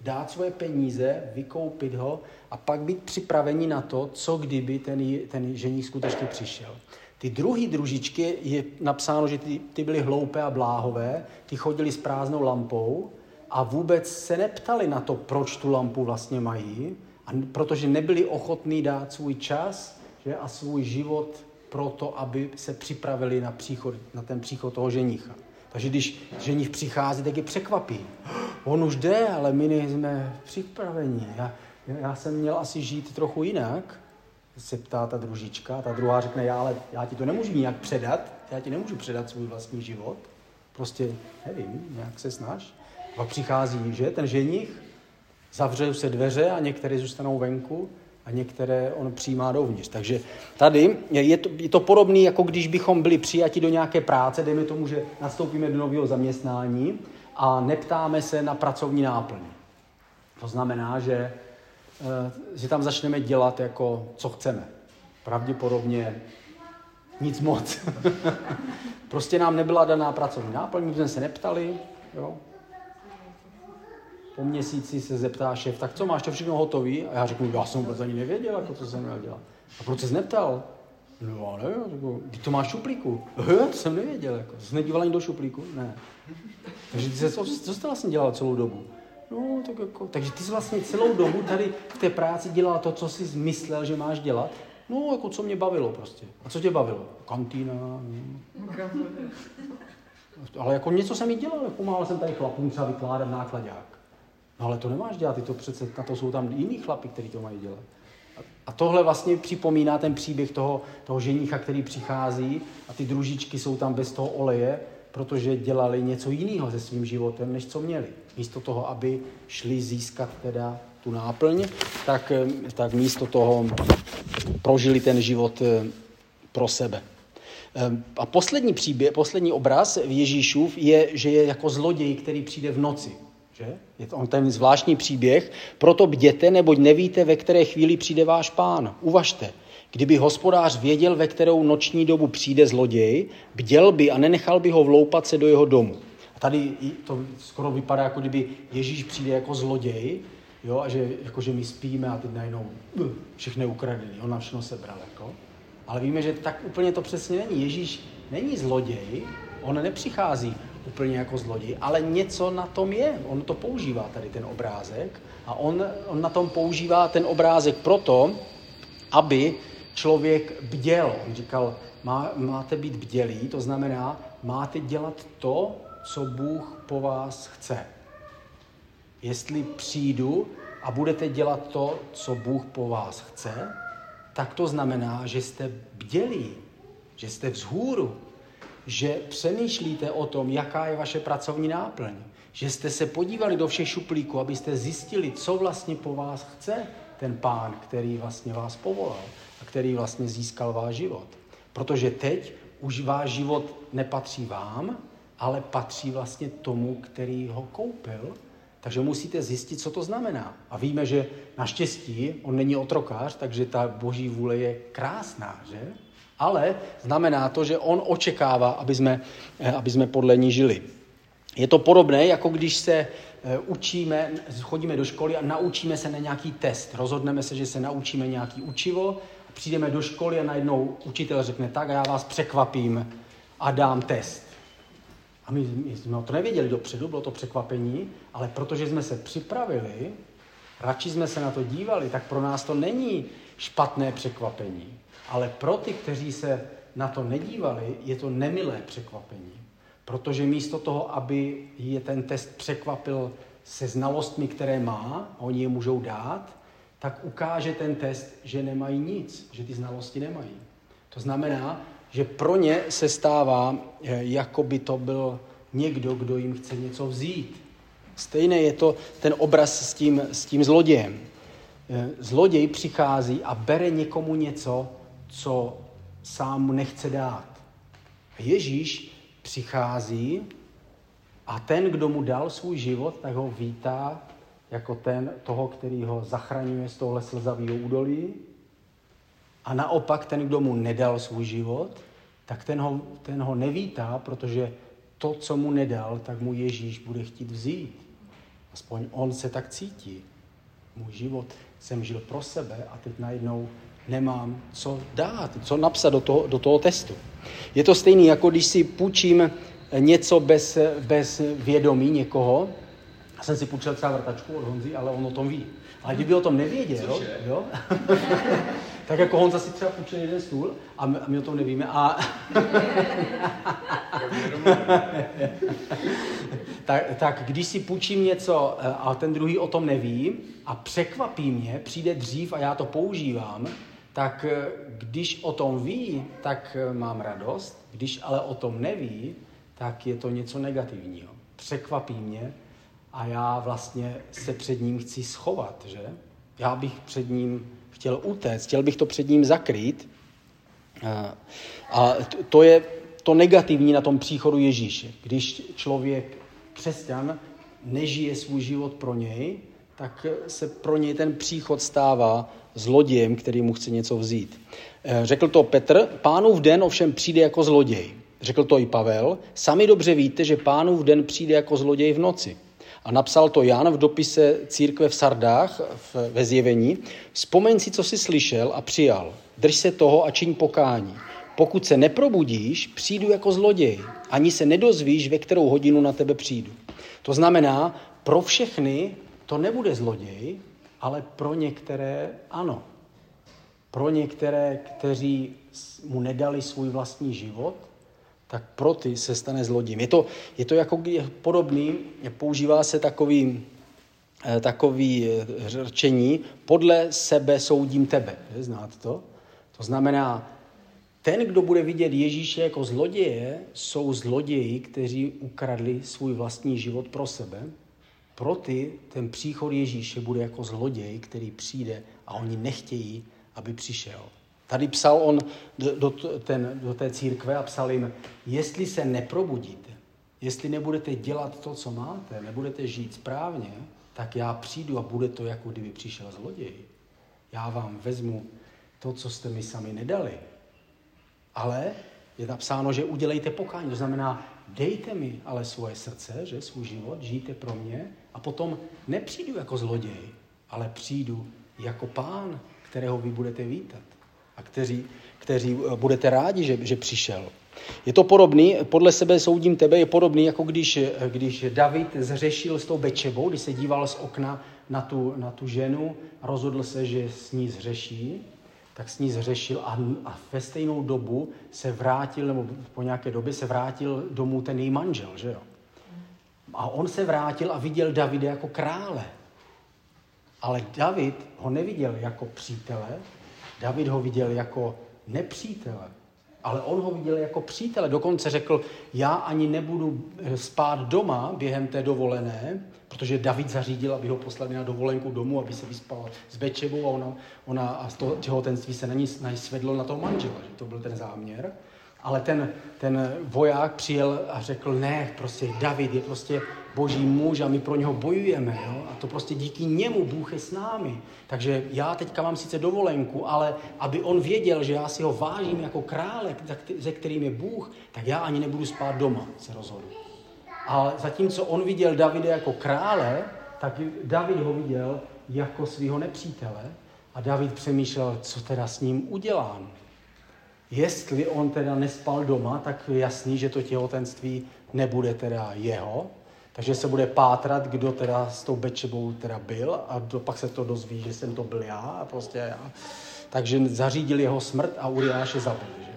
dát svoje peníze, vykoupit ho a pak být připraveni na to, co kdyby ten ženich skutečně přišel. Ty druhý družičky je napsáno, že ty byly hloupé a bláhové, ty chodili s prázdnou lampou a vůbec se neptali na to, proč tu lampu vlastně mají, protože nebyli ochotní dát svůj čas, že, a svůj život pro to, aby se připravili na ten příchod toho ženicha. Takže když ženich přichází, tak je překvapí. On už jde, ale my nejsme připraveni. Já jsem měl asi žít trochu jinak, se ptá ta družička. Ta druhá řekne, já ti to nemůžu nijak předat, já ti nemůžu předat svůj vlastní život. Prostě, nevím, nějak se snaž. Pak přichází, že ten ženich, zavřou se dveře a některé zůstanou venku a některé on přijímá dovnitř. Takže tady je to podobné, jako když bychom byli přijati do nějaké práce, dejme tomu, že nastoupíme do nového zaměstnání a neptáme se na pracovní náplň. To znamená, že tam začneme dělat, jako co chceme. Pravděpodobně nic moc. Prostě nám nebyla daná pracovní náplň, my jsme se neptali. Jo. Po měsíci se zeptá šéf, tak co, máš to všechno hotový? A já řeknu, já jsem vůbec ani nevěděl, jako co jsem měl dělat. A proč ses neptal? No, nevím, ty to máš v šuplíku. To jsem nevěděl, jako. Jsi nedíval ani do šuplíku? Ne. Takže ty co jsi vlastně dělal celou dobu? No, tak jako, takže ty jsi vlastně celou dobu tady v té práci dělal to, co jsi myslel, že máš dělat. No, jako co mě bavilo prostě. A co tě bavilo? Kantýna. Ale jako něco jsem jí dělal, pomáhal jsem tady chlapům třeba vykládat nákladák. No ale to nemáš dělat, ty to přece, na to jsou tam jiní chlapi, kteří to mají dělat. A tohle vlastně připomíná ten příběh toho ženicha, který přichází a ty družičky jsou tam bez toho oleje, protože dělali něco jiného se svým životem, než co měli. Místo toho, aby šli získat teda tu náplň, tak místo toho prožili ten život pro sebe. A poslední obraz Ježíšův je, že je jako zloděj, který přijde v noci. Že? Je to ten zvláštní příběh. Proto bděte, neboť nevíte, ve které chvíli přijde váš pán. Uvažte. Kdyby hospodář věděl, ve kterou noční dobu přijde zloděj, bděl by a nenechal by ho vloupat se do jeho domu. A tady to skoro vypadá, jako kdyby Ježíš přijde jako zloděj, jo, a že my spíme a teď najednou všechno je ukradený, on nám všechno sebral. Jako. Ale víme, že tak úplně to přesně není. Ježíš není zloděj, on nepřichází úplně jako zloděj, ale něco na tom je. On to používá tady ten obrázek a on na tom používá ten obrázek proto, aby člověk bděl. On říkal, máte být bdělí, to znamená, máte dělat to, co Bůh po vás chce. Jestli přijdu a budete dělat to, co Bůh po vás chce, tak to znamená, že jste bdělí, že jste vzhůru, že přemýšlíte o tom, jaká je vaše pracovní náplň, že jste se podívali do všech šuplíků, abyste zjistili, co vlastně po vás chce ten pán, který vlastně vás povolal a který vlastně získal váš život. Protože teď už váš život nepatří vám, ale patří vlastně tomu, který ho koupil. Takže musíte zjistit, co to znamená. A víme, že naštěstí on není otrokář, takže ta boží vůle je krásná, že? Ale znamená to, že on očekává, aby jsme podle ní žili. Je to podobné, jako když se učíme, chodíme do školy a naučíme se na nějaký test. Rozhodneme se, že se naučíme nějaký učivo a přijdeme do školy a najednou učitel řekne tak a já vás překvapím a dám test. A my jsme to nevěděli dopředu, bylo to překvapení, ale protože jsme se připravili, radši jsme se na to dívali, tak pro nás to není špatné překvapení. Ale pro ty, kteří se na to nedívali, je to nemilé překvapení. Protože místo toho, aby je ten test překvapil se znalostmi, které má, a oni je můžou dát, tak ukáže ten test, že nemají nic, že ty znalosti nemají. To znamená, že pro ně se stává, jako by to byl někdo, kdo jim chce něco vzít. Stejné je to ten obraz s tím zlodějem. Zloděj přichází a bere někomu něco, co sám mu nechce dát. Ježíš přichází a ten, kdo mu dal svůj život, tak ho vítá jako toho, který ho zachraňuje z tohle slzavého údolí. A naopak ten, kdo mu nedal svůj život, tak ten ho nevítá, protože to, co mu nedal, tak mu Ježíš bude chtít vzít. Aspoň on se tak cítí. Můj život jsem žil pro sebe a teď najednou nemám co dát, co napsat do toho testu. Je to stejný, jako když si půjčím něco bez vědomí někoho. Já jsem si půjčil třeba vrtačku od Honzy, ale on o tom ví. Ale kdyby o tom nevěděl, jo? Tak jako Honza si třeba půjčil jeden stůl a my o tom nevíme. Tak když si půjčím něco a ten druhý o tom neví a překvapí mě, přijde dřív a já to používám, tak když o tom ví, tak mám radost. Když ale o tom neví, tak je to něco negativního. Překvapí mě a já vlastně se před ním chci schovat, že? Já bych před ním chtěl utéct, chtěl bych to před ním zakrýt. A to je to negativní na tom příchodu Ježíše. Když člověk, křesťan, nežije svůj život pro něj, tak se pro něj ten příchod stává zlodějem, který mu chce něco vzít. Řekl to Petr, Pánův den ovšem přijde jako zloděj. Řekl to i Pavel, sami dobře víte, že Pánův den přijde jako zloděj v noci. A napsal to Jan v dopise církve v Sardách ve Zjevení. Vzpomeň si, co jsi slyšel a přijal. Drž se toho a čiň pokání. Pokud se neprobudíš, přijdu jako zloděj. Ani se nedozvíš, ve kterou hodinu na tebe přijdu. To znamená, pro všechny to nebude zloděj, ale pro některé ano. Pro některé, kteří mu nedali svůj vlastní život, tak pro ty se stane zlodějem. Je to jako podobný, používá se takový řečení, podle sebe soudím tebe. Znáte to? To znamená, ten, kdo bude vidět Ježíše jako zloděje, jsou zloději, kteří ukradli svůj vlastní život pro sebe. Pro ty ten příchod Ježíše bude jako zloděj, který přijde a oni nechtějí, aby přišel. Tady psal on do té církve a psal jim, jestli se neprobudíte, jestli nebudete dělat to, co máte, nebudete žít správně, tak já přijdu a bude to, jako kdyby přišel zloděj. Já vám vezmu to, co jste mi sami nedali. Ale je napsáno, že udělejte pokání. To znamená, dejte mi ale svoje srdce, že svůj život, žijte pro mě a potom nepřijdu jako zloděj, ale přijdu jako Pán, kterého vy budete vítat a kteří budete rádi, že přišel. Je to podobný, podle sebe soudím tebe, je podobný, jako když David zřešil s tou Betšebou, když se díval z okna na tu ženu a rozhodl se, že s ní zřeší, tak s ní zřešil a ve stejnou dobu se vrátil, nebo po nějaké době se vrátil domů ten její manžel, že jo. A on se vrátil a viděl Davida jako krále. Ale David ho neviděl jako přítele, David ho viděl jako nepřítele, ale on ho viděl jako přítele. Dokonce řekl, já ani nebudu spát doma během té dovolené, protože David zařídil, aby ho poslali na dovolenku domů, aby se vyspal s Betšebou a ona a z toho těhotenství se na ní svedlo na toho manžela, že to byl ten záměr. Ale ten voják přijel a řekl, ne, prostě David je prostě boží muž a my pro něho bojujeme. Jo? A to prostě díky němu Bůh je s námi. Takže já teďka mám sice dovolenku, ale aby on věděl, že já si ho vážím jako krále, ze kterým je Bůh, tak já ani nebudu spát doma, se rozhodl. A zatímco on viděl Davida jako krále, tak David ho viděl jako svého nepřítele a David přemýšlel, co teda s ním udělám. Jestli on teda nespal doma, tak je jasný, že to těhotenství nebude teda jeho, takže se bude pátrat, kdo teda s tou Betšebou teda byl a pak se to dozví, že jsem to byl já a prostě já. Takže zařídil jeho smrt a Uriáše zabil, že?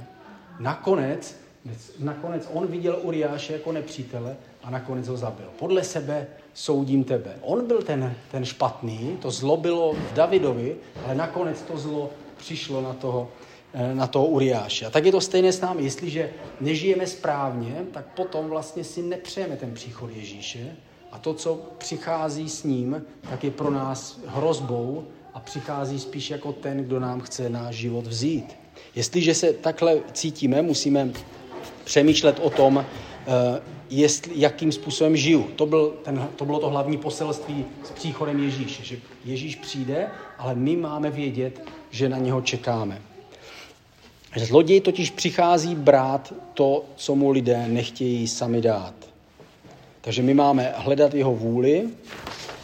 Nakonec on viděl Uriáše jako nepřítele a nakonec ho zabil. Podle sebe soudím tebe. On byl ten špatný, to zlo bylo v Davidovi, ale nakonec to zlo přišlo na toho Uriáše. A tak je to stejné s námi. Jestliže nežijeme správně, tak potom vlastně si nepřejeme ten příchod Ježíše a to, co přichází s ním, tak je pro nás hrozbou a přichází spíš jako ten, kdo nám chce náš život vzít. Jestliže se takhle cítíme, musíme přemýšlet o tom, jakým způsobem žiju. To bylo to hlavní poselství s příchodem Ježíše, že Ježíš přijde, ale my máme vědět, že na něho čekáme. Zloděj totiž přichází brát to, co mu lidé nechtějí sami dát. Takže my máme hledat jeho vůli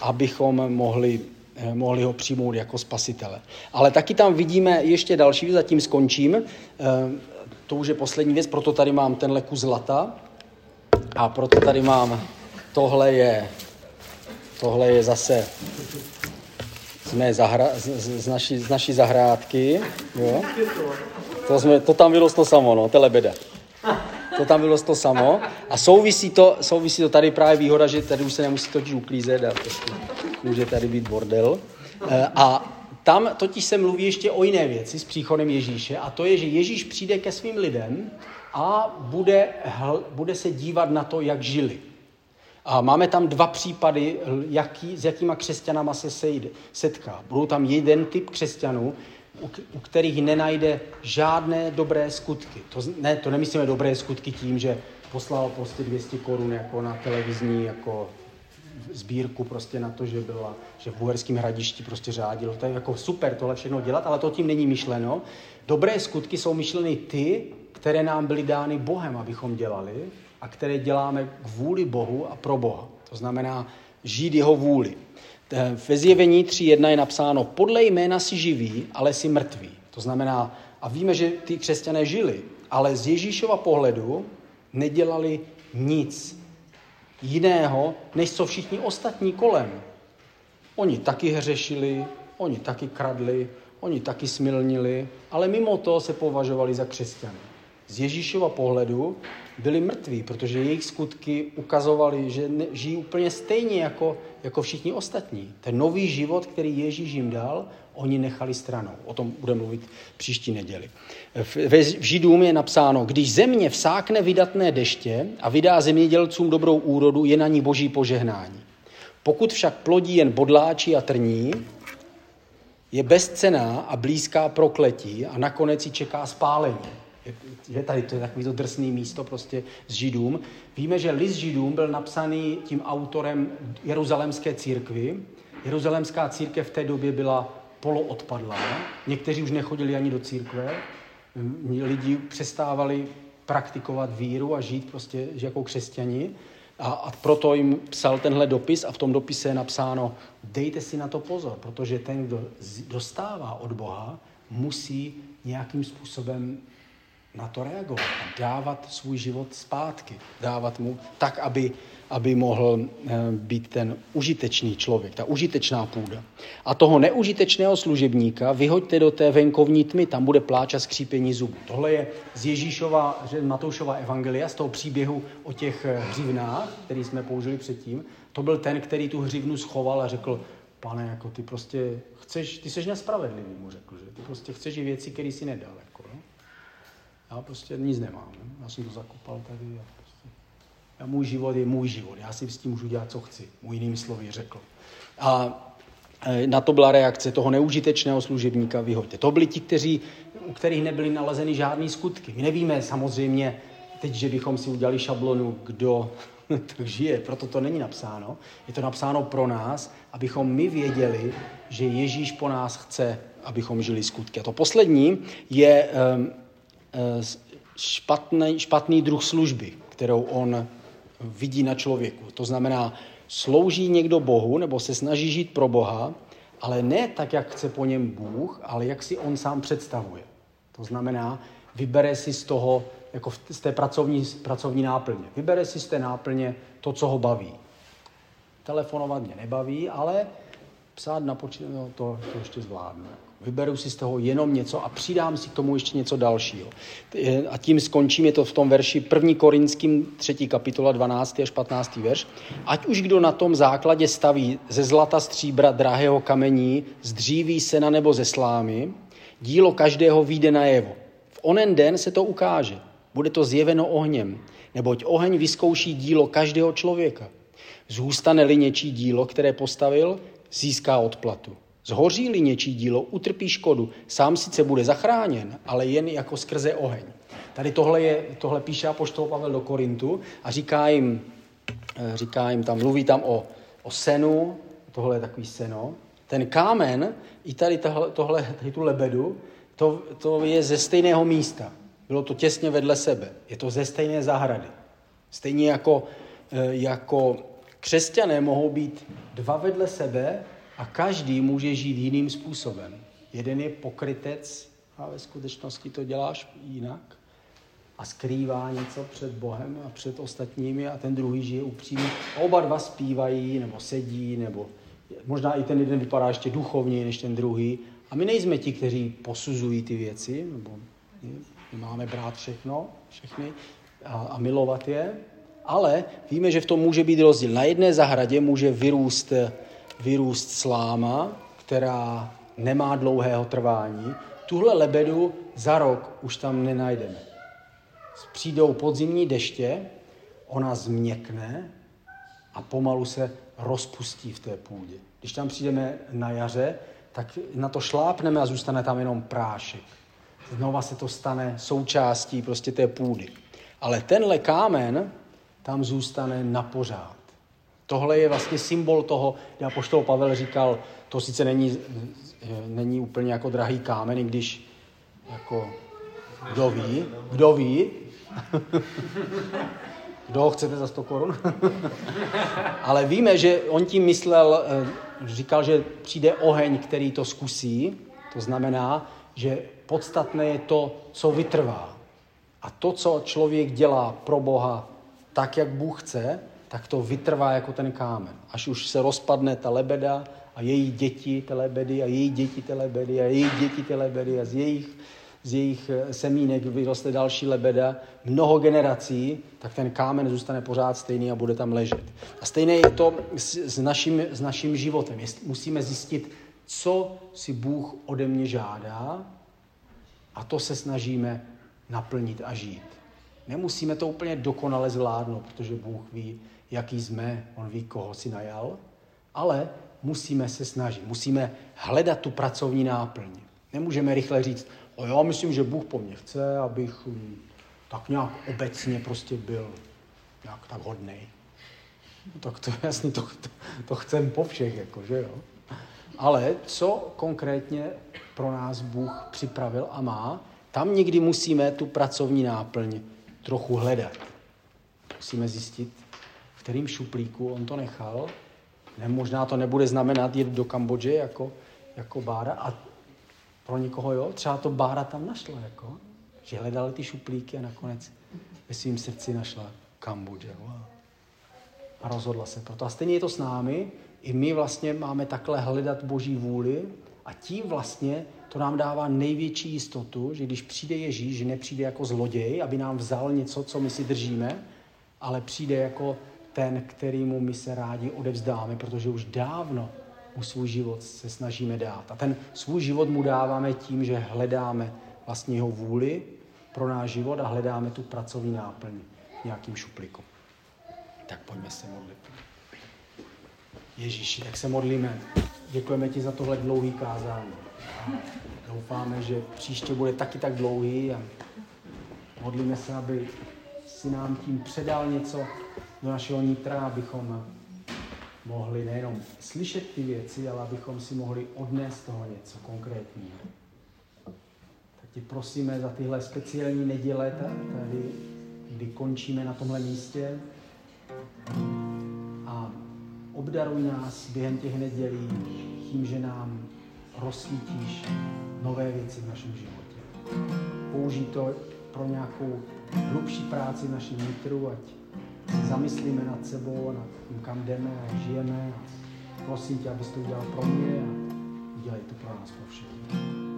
abychom mohli ho přijmout jako spasitele. Ale taky tam vidíme ještě další věc, zatím skončím. To už je poslední věc, proto tady mám tenhle kus zlata a proto tady mám, tohle je zase z naší zahrádky. Jo? To tam vyrostlo samo, no, telebeda. To tam vyrostlo samo a souvisí to tady právě výhoda, že tady už se nemusí totiž uklízet a prostě může tady být bordel. A tam totiž se mluví ještě o jiné věci s příchodem Ježíše a to je, že Ježíš přijde ke svým lidem a bude se dívat na to, jak žili. A máme tam 2 případy, s jakýma křesťanama se setká. Budou tam jeden typ křesťanů, u kterých nenajde žádné dobré skutky. To nemyslíme dobré skutky tím, že poslal prostě 200 korun jako na televizní jako sbírku prostě na to, že v Uherském Hradišti prostě řádilo. To je jako super tohle všechno dělat, ale to tím není myšleno. Dobré skutky jsou myšleny ty, které nám byly dány Bohem, abychom dělali a které děláme k vůli Bohu a pro Boha. To znamená žít jeho vůli. Ve Zjevení 3.1 je napsáno, podle jména si živí, ale si mrtví. To znamená, a víme, že ty křesťané žili, ale z Ježíšova pohledu nedělali nic jiného, než co všichni ostatní kolem. Oni taky hřešili, oni taky kradli, oni taky smilnili, ale mimo to se považovali za křesťany. Z Ježíšova pohledu byli mrtví, protože jejich skutky ukazovaly, že žijí úplně stejně jako všichni ostatní. Ten nový život, který Ježíš jim dal, oni nechali stranou. O tom budeme mluvit příští neděli. V Židům je napsáno, když země vsákne vydatné deště a vydá zemědělcům dobrou úrodu, je na ní boží požehnání. Pokud však plodí jen bodláči a trní, je bezcenná a blízká prokletí a nakonec ji čeká spálení. Že tady to je takový to drsný místo prostě s Židům. Víme, že list Židům byl napsaný tím autorem Jeruzalémské církvi. Jeruzalémská církev v té době byla poloodpadlá. Někteří už nechodili ani do církve. Lidi přestávali praktikovat víru a žít prostě jako křesťani. A proto jim psal tenhle dopis a v tom dopise je napsáno, dejte si na to pozor, protože ten, kdo dostává od Boha, musí nějakým způsobem na to reagovat a dávat svůj život zpátky. Dávat mu tak, aby mohl být ten užitečný člověk, ta užitečná půda. A toho neužitečného služebníka vyhoďte do té venkovní tmy, tam bude pláč a skřípění zubů. Tohle je z Matoušova evangelia, z toho příběhu o těch hřivnách, který jsme použili předtím. To byl ten, který tu hřivnu schoval a řekl, pane, jako ty seš nespravedlivý, mu řekl, že ty prostě chceš i věci, které si nedal. Jako, no? Já prostě nic nemám. Ne? Já jsem to zakopal tady a můj život je můj život. Já si s tím můžu dělat, co chci. Mu jinými slovy řekl. A na to byla reakce toho neužitečného služebníka vyhoďte. To byli ti, u kterých nebyly nalezeny žádný skutky. My nevíme samozřejmě teď, že bychom si udělali šablonu, kdo tak žije. Proto to není napsáno. Je to napsáno pro nás, abychom my věděli, že Ježíš po nás chce, abychom žili skutky. A to poslední je špatný druh služby, kterou on vidí na člověku. To znamená, slouží někdo Bohu nebo se snaží žít pro Boha, ale ne tak, jak chce po něm Bůh, ale jak si on sám představuje. To znamená, vybere si z toho, jako z té pracovní náplně. Vybere si z té náplně to, co ho baví. Telefonovat mě nebaví, ale psát na počítači, no, to ještě zvládnu. Vyberu si z toho jenom něco a přidám si k tomu ještě něco dalšího. A tím skončím, je to v tom verši 1. Korinským 3. kapitola 12. až 15. verš. Ať už kdo na tom základě staví ze zlata, stříbra, drahého kamení, z dříví, sena nebo ze slámy, dílo každého vyjde najevo. V onen den se to ukáže. Bude to zjeveno ohněm, neboť oheň vyzkouší dílo každého člověka. Zůstane-li něčí dílo, které postavil, získá odplatu. Zhoří-li něčí dílo, utrpí škodu. Sám sice bude zachráněn, ale jen jako skrze oheň. Tady tohle píše apoštol Pavel do Korintu a říká jim tam, mluví tam o senu, tohle je takový seno. Ten kámen, i tady tu lebedu, to je ze stejného místa. Bylo to těsně vedle sebe. Je to ze stejné zahrady. Stejně jako Křesťané mohou být dva vedle sebe a každý může žít jiným způsobem. Jeden je pokrytec a ve skutečnosti to děláš jinak a skrývá něco před Bohem a před ostatními a ten druhý žije upřímně. Oba dva zpívají nebo sedí, nebo možná i ten jeden vypadá ještě duchovněji než ten druhý. A my nejsme ti, kteří posuzují ty věci, nebo my máme brát všechny a milovat je, ale víme, že v tom může být rozdíl. Na jedné zahradě může vyrůst sláma, která nemá dlouhého trvání. Tuhle lebedu za rok už tam nenajdeme. Přijdou podzimní deště, ona změkne a pomalu se rozpustí v té půdě. Když tam přijdeme na jaře, tak na to šlápneme a zůstane tam jenom prášek. Znova se to stane součástí prostě té půdy. Ale tenhle kámen tam zůstane na pořád. Tohle je vlastně symbol toho, kdy apoštol Pavel říkal, to sice není úplně jako drahý kámen, i když jako kdo ví, kdo ho chcete za 100 korun? Ale víme, že on tím myslel, říkal, že přijde oheň, který to zkusí. To znamená, že podstatné je to, co vytrvá. A to, co člověk dělá pro Boha tak, jak Bůh chce, tak to vytrvá jako ten kámen. Až už se rozpadne ta lebeda a její děti té lebedy a její děti té lebedy a její děti té lebedy a z jejich semínek vyroste další lebeda, mnoho generací, tak ten kámen zůstane pořád stejný a bude tam ležet. A stejné je to s naším životem. Musíme zjistit, co si Bůh ode mě žádá a to se snažíme naplnit a žít. Nemusíme to úplně dokonale zvládnout, protože Bůh ví, jaký jsme, on ví, koho si najal, ale musíme se snažit, musíme hledat tu pracovní náplň. Nemůžeme rychle říct, já myslím, že Bůh po mně chce, abych tak nějak obecně prostě byl nějak tak hodnej. No, tak to jasně, to chcem po všech, jako, že jo. Ale co konkrétně pro nás Bůh připravil a má, tam někdy musíme tu pracovní náplň trochu hledat. Musíme zjistit, v kterým šuplíku on to nechal. Možná to nebude znamenat jít do Kambodže jako Bára. A pro někoho jo, třeba to Bára tam našla, jako, že hledala ty šuplíky a nakonec ve svým srdci našla Kambodže. A rozhodla se pro to. A stejně je to s námi. I my vlastně máme takhle hledat Boží vůli a tím vlastně to nám dává největší jistotu, že když přijde Ježíš, že nepřijde jako zloděj, aby nám vzal něco, co my si držíme, ale přijde jako ten, kterýmu my se rádi odevzdáme, protože už dávno mu svůj život se snažíme dát. A ten svůj život mu dáváme tím, že hledáme vlastně jeho vůli pro náš život a hledáme tu pracovní náplň nějakým šuplíkom. Tak pojďme se modlit. Ježíši, tak se modlíme. Děkujeme ti za tohle dlouhý kázání. A doufáme, že příště bude taky tak dlouhý a modlíme se, aby si nám tím předal něco do našeho nitra, abychom mohli nejenom slyšet ty věci, ale abychom si mohli odnést z toho něco konkrétního. Tak tě prosíme za tyhle speciální neděle tady, kdy končíme na tomhle místě a obdaruj nás během těch nedělí tím, že nám rozsvítíš nové věci v našem životě. Použij to pro nějakou hlubší práci v našem nitru, ať se zamyslíme nad sebou a nad tím, kam jdeme a žijeme. Prosím tě, abys to udělal pro mě a udělej to pro nás, pro všechny.